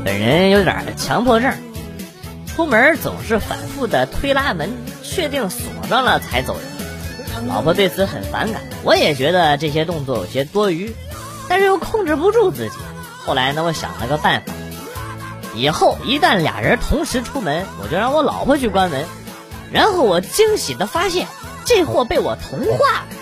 本人有点强迫症，出门总是反复的推拉门，确定锁上了才走人。老婆对此很反感，我也觉得这些动作有些多余，但是又控制不住自己。后来呢，我想了个办法，以后一旦俩人同时出门，我就让我老婆去关门。然后我惊喜的发现，这货被我同化了。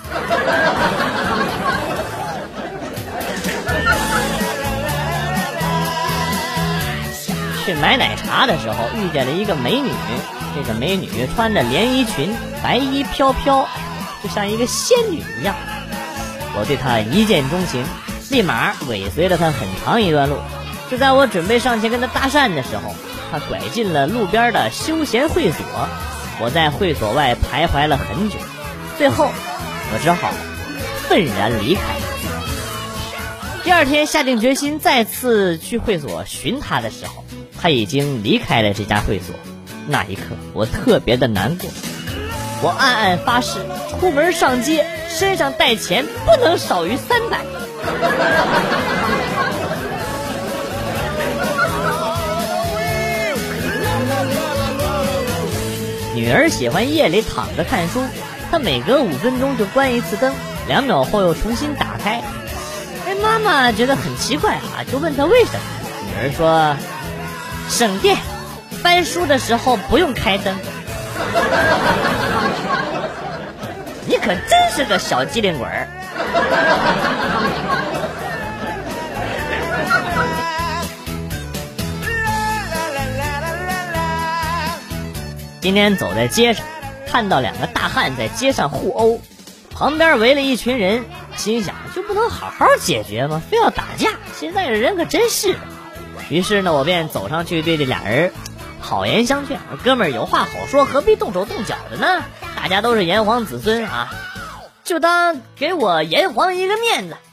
去买奶茶的时候遇见了一个美女，这个美女穿着连衣裙，白衣飘飘，就像一个仙女一样。我对她一见钟情，立马尾随了她很长一段路。就在我准备上前跟她搭讪的时候，她拐进了路边的休闲会所。我在会所外徘徊了很久，最后我只好愤然离开。第二天下定决心再次去会所寻她的时候，她已经离开了这家会所。那一刻我特别的难过，我暗暗发誓，出门上街身上带钱不能少于300。女儿喜欢夜里躺着看书，她每隔5分钟就关一次灯，2秒后又重新打开。妈妈觉得很奇怪啊，就问她为什么。女儿说省电，翻书的时候不用开灯。你可真是个小机灵鬼儿。今天走在街上，看到2个大汉在街上互殴，旁边围了一群人，心想就不能好好解决吗？非要打架，现在的人可真是的。于是呢，我便走上去对这俩人好言相劝，哥们儿有话好说，何必动手动脚的呢？大家都是炎黄子孙啊，就当给我炎黄一个面子。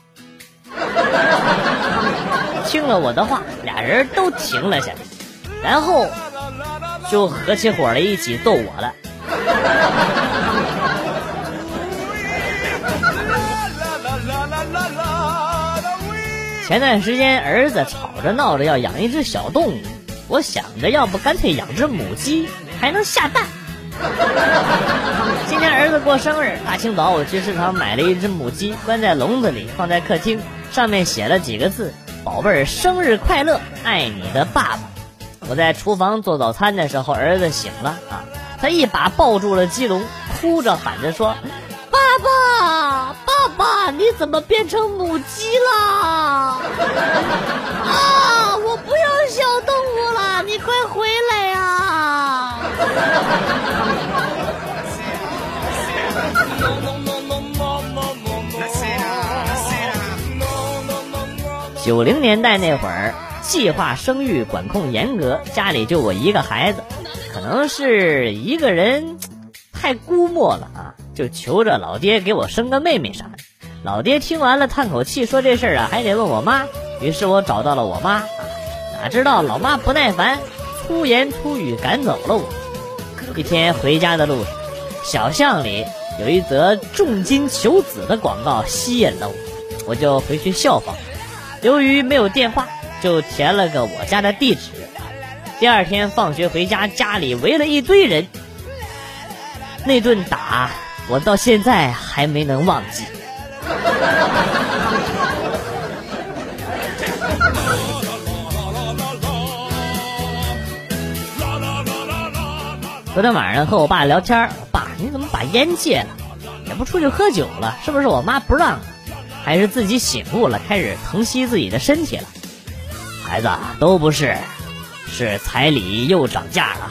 听了我的话，俩人都停了下来，然后就合起伙来一起揍我了。前段时间儿子吵着闹着要养一只小动物，我想着要不干脆养只母鸡，还能下蛋。今天儿子过生日，大清早我去市场买了一只母鸡，关在笼子里放在客厅，上面写了几个字：宝贝儿生日快乐，爱你的爸爸。我在厨房做早餐的时候，儿子醒了啊，他一把抱住了鸡笼，哭着喊着说：爸爸，爸爸，你怎么变成母鸡了？啊，我不要小动物了，你快回来呀！90年代那会儿，计划生育管控严格，家里就我一个孩子，可能是一个人太估摸了啊，就求着老爹给我生个妹妹啥的。老爹听完了叹口气，说这事儿啊还得问我妈。于是我找到了我妈，哪知道老妈不耐烦，粗言粗语赶走了我。一天回家的路上，小巷里有一则重金求子的广告吸引了我，我就回去效仿。由于没有电话，就填了个我家的地址。第二天放学回家，家里围了一堆人，那顿打我到现在还没能忘记。昨天晚上和我爸聊天，爸，你怎么把烟戒了？也不出去喝酒了，是不是我妈不让了？还是自己醒悟了，开始疼惜自己的身体了？孩子，都不是，是彩礼又涨价了。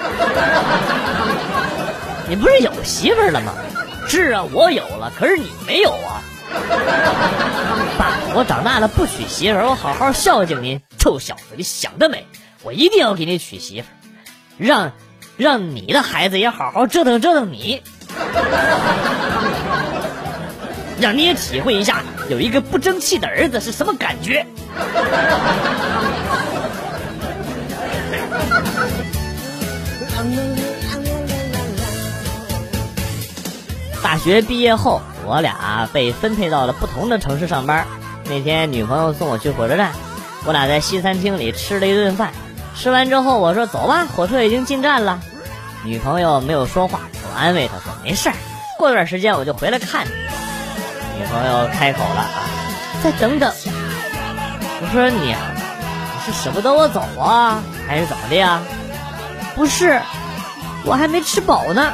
你不是有媳妇了吗？是啊，我有了，可是你没有啊。爸，我长大了不娶媳妇，我好好孝敬您。臭小子，你想得美，我一定要给你娶媳妇，让你的孩子也好好折腾折腾你，让你也体会一下有一个不争气的儿子是什么感觉。大学毕业后，我俩被分配到了不同的城市上班。那天女朋友送我去火车站， 我俩在西餐厅里吃了一顿饭，吃完之后我说走吧，火车已经进站了。女朋友没有说话，我安慰她说没事儿，过段时间我就回来看你。女朋友开口了再等等。我说你是舍不得我走啊，还是怎么的呀？不是，我还没吃饱呢。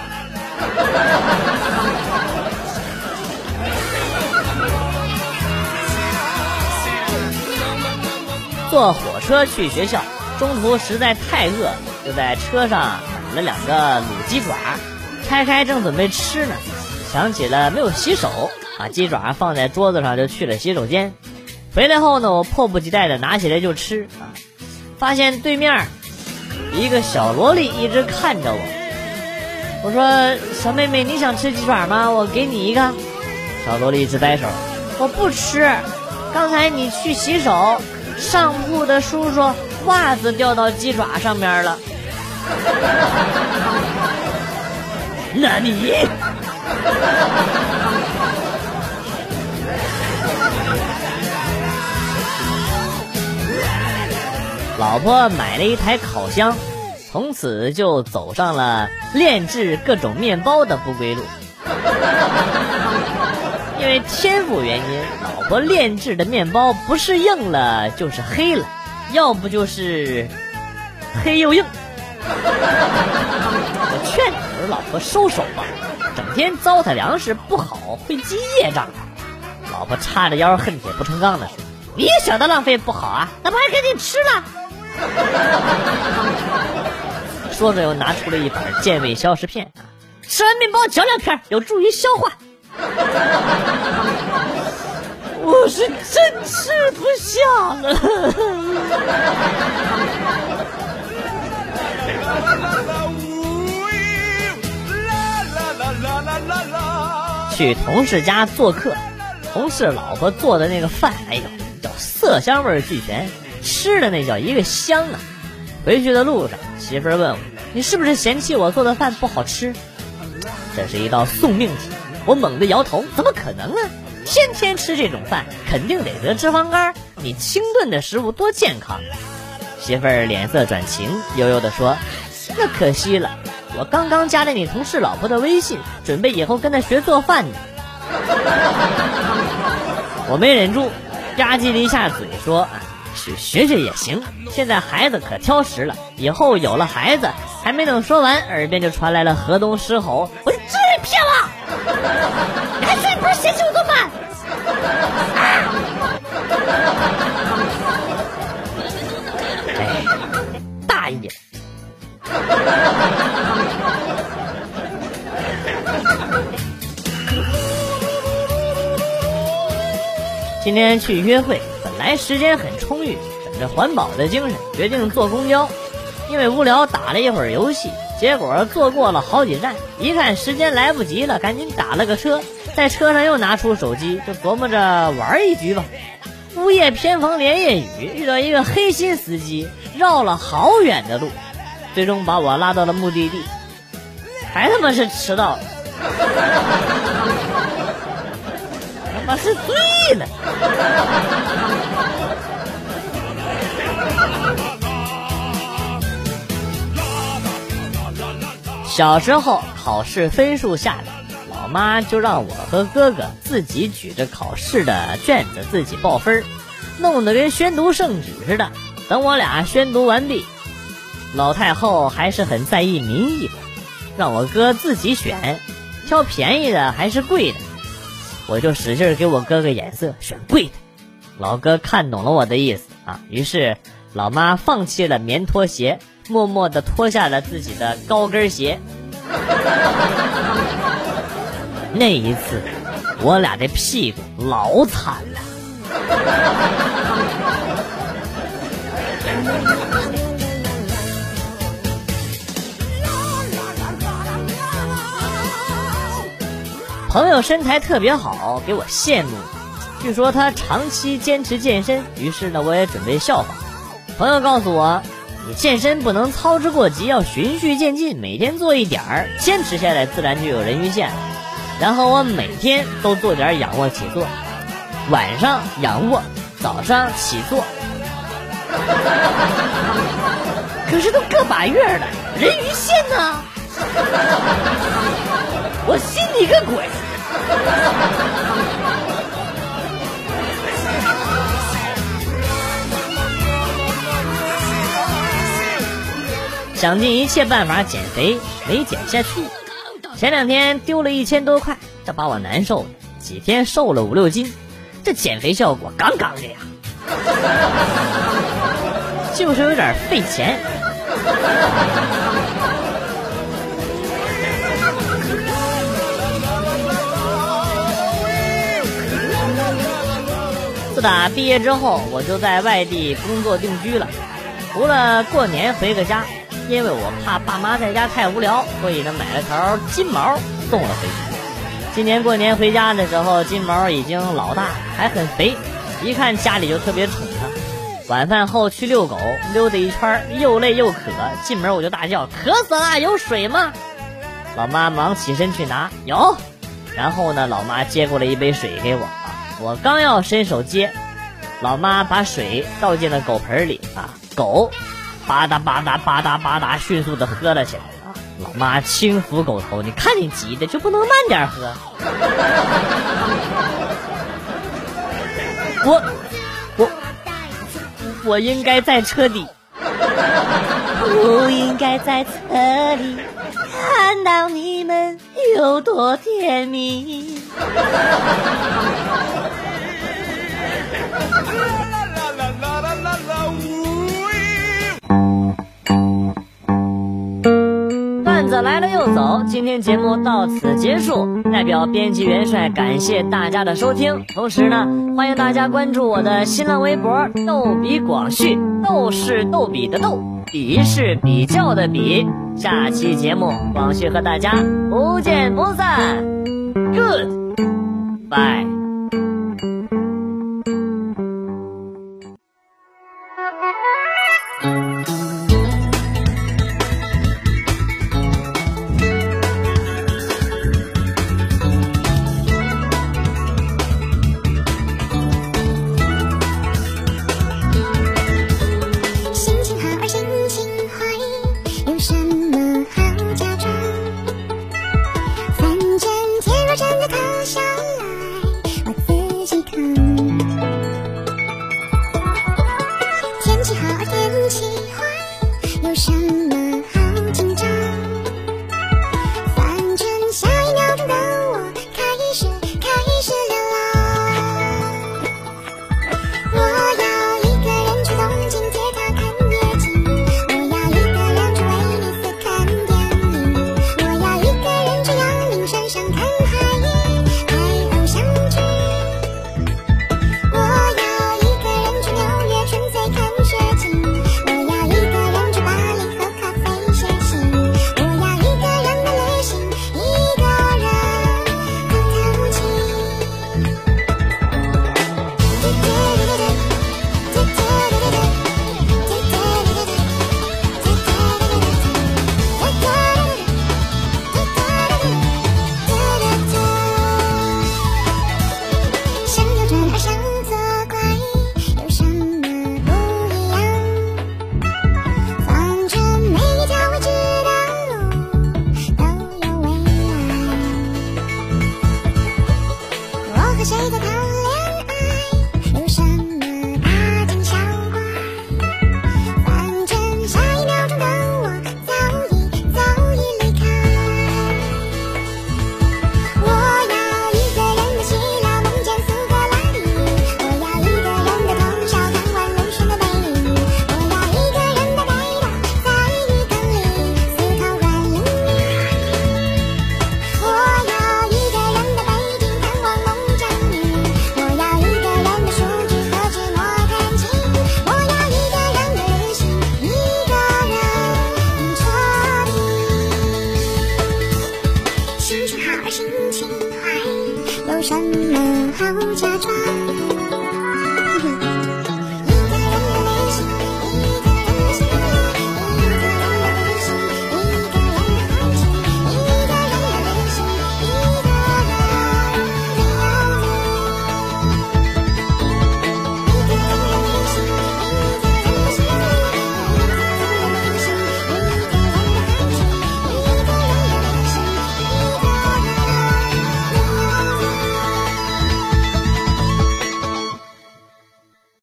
坐火车去学校，中途实在太饿，就在车上买了2个卤鸡爪，拆开正准备吃呢，想起了没有洗手，把鸡爪放在桌子上就去了洗手间。回来后呢，我迫不及待的拿起来就吃发现对面一个小萝莉一直看着我。我说小妹妹，你想吃鸡爪吗？我给你一个。小萝莉一直摆手，我不吃，刚才你去洗手，上铺的叔叔袜子掉到鸡爪上面了。那你老婆买了一台烤箱，从此就走上了炼制各种面包的不归路。因为天赋原因，老婆炼制的面包不是硬了就是黑了，要不就是黑又硬。我劝你，我说老婆收手吧，整天糟蹋粮食不好，会积业障。老婆叉着腰恨铁不成钢的说，你也晓得浪费不好啊，那不还给你吃了。说着又拿出了一板健胃消食片，吃完面包嚼2片，有助于消化。我是真吃不下了。去同事家做客，同事老婆做的那个饭，哎呦，叫色香味俱全，吃的那叫一个香啊！回去的路上，媳妇儿问我，你是不是嫌弃我做的饭不好吃？这是一道送命题，我猛地摇头，怎么可能啊？天天吃这种饭，肯定得得脂肪肝，你清炖的食物多健康。媳妇儿脸色转晴，悠悠地说，那可惜了，我刚刚加了你同事老婆的微信，准备以后跟她学做饭呢。我没忍住，吧唧了一下嘴说，去学学也行，现在孩子可挑食了，以后有了孩子。还没等说完，耳边就传来了河东狮吼，我就至于骗我？你还说你不是嫌弃我做饭大一点。今天去约会，本来时间很充裕，本着环保的精神，决定坐公交。因为无聊打了一会儿游戏，结果坐过了好几站，一看时间来不及了，赶紧打了个车，在车上又拿出手机，就琢磨着玩一局吧。物业偏逢连夜雨，遇到一个黑心司机，绕了好远的路，最终把我拉到了目的地，还他妈是迟到了。他妈是醉了。小时候考试分数下来，老妈就让我和哥哥自己举着考试的卷子自己报分，弄得跟宣读圣旨似的。等我俩宣读完毕，老太后还是很在意民意的，让我哥自己选，挑便宜的还是贵的。我就使劲给我哥哥眼色，选贵的。老哥看懂了我的意思于是老妈放弃了棉拖鞋，默默地脱下了自己的高跟鞋。那一次我俩的屁股老惨了。朋友身材特别好，给我羡慕，据说他长期坚持健身，于是呢我也准备效仿。朋友告诉我，你健身不能操之过急，要循序渐进，每天做一点儿，坚持下来自然就有人鱼线。然后我每天都做点仰卧起坐，晚上仰卧，早上起坐， 可是都个把月了，人鱼线呢？我信你个鬼！想尽一切办法减肥，没减下去。前2天丢了1000多块，这把我难受的，几天瘦了5、6斤，这减肥效果杠杠的呀，就是有点费钱。自打毕业之后，我就在外地工作定居了，除了过年回个家，因为我怕爸妈在家太无聊，所以呢买了条金毛送了回去。今年过年回家的时候，金毛已经老大，还很肥，一看家里就特别宠它。晚饭后去遛狗，溜达一圈又累又渴，进门我就大叫：渴死了，有水吗？老妈忙起身去拿，有。然后呢，老妈接过了一杯水给我，我刚要伸手接，老妈把水倒进了狗盆里狗吧嗒吧嗒吧嗒吧嗒迅速的喝了起来老妈轻抚狗头，你看你急的就不能慢点喝？我应该在车底，不应该在车里看到你们有多甜蜜。段子来了又走，今天节目到此结束，代表编辑元帅感谢大家的收听，同时呢，欢迎大家关注我的新浪微博逗比广旭，逗是逗比的逗，比是比较的比。下期节目广旭和大家不见不散。 Goodbye。 心情坏，有什么好假装？